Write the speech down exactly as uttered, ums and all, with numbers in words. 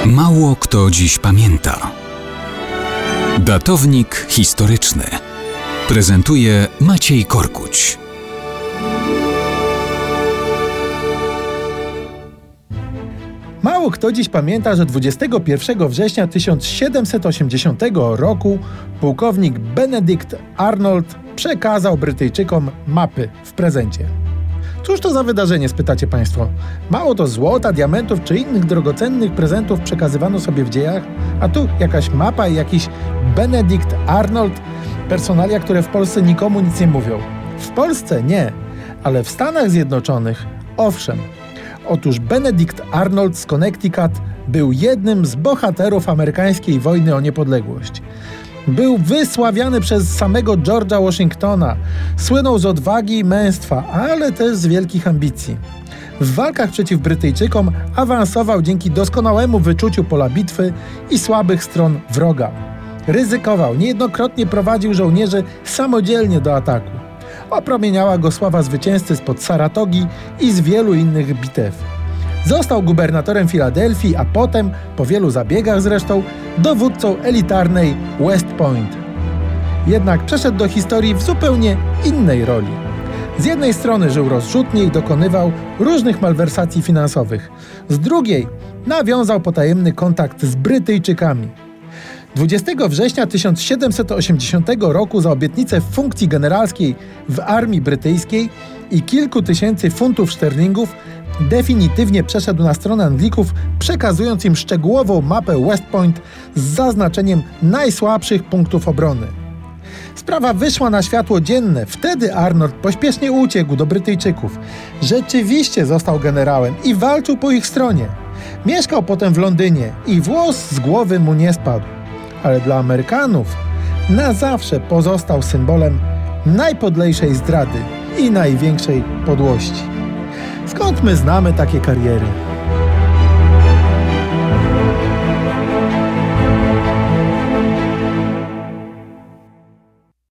Mało kto dziś pamięta. Datownik historyczny prezentuje Maciej Korkuć. Mało kto dziś pamięta, że dwudziestego pierwszego września tysiąc siedemset osiemdziesiątego roku pułkownik Benedict Arnold przekazał Brytyjczykom mapy w prezencie. Cóż to za wydarzenie, spytacie Państwo? Mało to złota, diamentów czy innych drogocennych prezentów przekazywano sobie w dziejach, a tu jakaś mapa i jakiś Benedict Arnold, personalia, które w Polsce nikomu nic nie mówią. W Polsce nie, ale w Stanach Zjednoczonych owszem. Otóż Benedict Arnold z Connecticut był jednym z bohaterów amerykańskiej wojny o niepodległość. Był wysławiany przez samego George'a Washingtona. Słynął z odwagi i męstwa, ale też z wielkich ambicji. W walkach przeciw Brytyjczykom awansował dzięki doskonałemu wyczuciu pola bitwy i słabych stron wroga. Ryzykował, niejednokrotnie prowadził żołnierzy samodzielnie do ataku. Opromieniała go sława zwycięzcy spod Saratogi i z wielu innych bitew. Został gubernatorem Filadelfii, a potem, po wielu zabiegach zresztą, dowódcą elitarnej West Point. Jednak przeszedł do historii w zupełnie innej roli. Z jednej strony żył rozrzutnie i dokonywał różnych malwersacji finansowych. Z drugiej nawiązał potajemny kontakt z Brytyjczykami. dwudziestego września tysiąc siedemset osiemdziesiątego roku za obietnicę funkcji generalskiej w armii brytyjskiej i kilku tysięcy funtów szterlingów definitywnie przeszedł na stronę Anglików, przekazując im szczegółową mapę West Point z zaznaczeniem najsłabszych punktów obrony. Sprawa wyszła na światło dzienne. Wtedy Arnold pośpiesznie uciekł do Brytyjczyków. Rzeczywiście został generałem i walczył po ich stronie. Mieszkał potem w Londynie i włos z głowy mu nie spadł. Ale dla Amerykanów na zawsze pozostał symbolem najpodlejszej zdrady i największej podłości. Skąd my znamy takie kariery?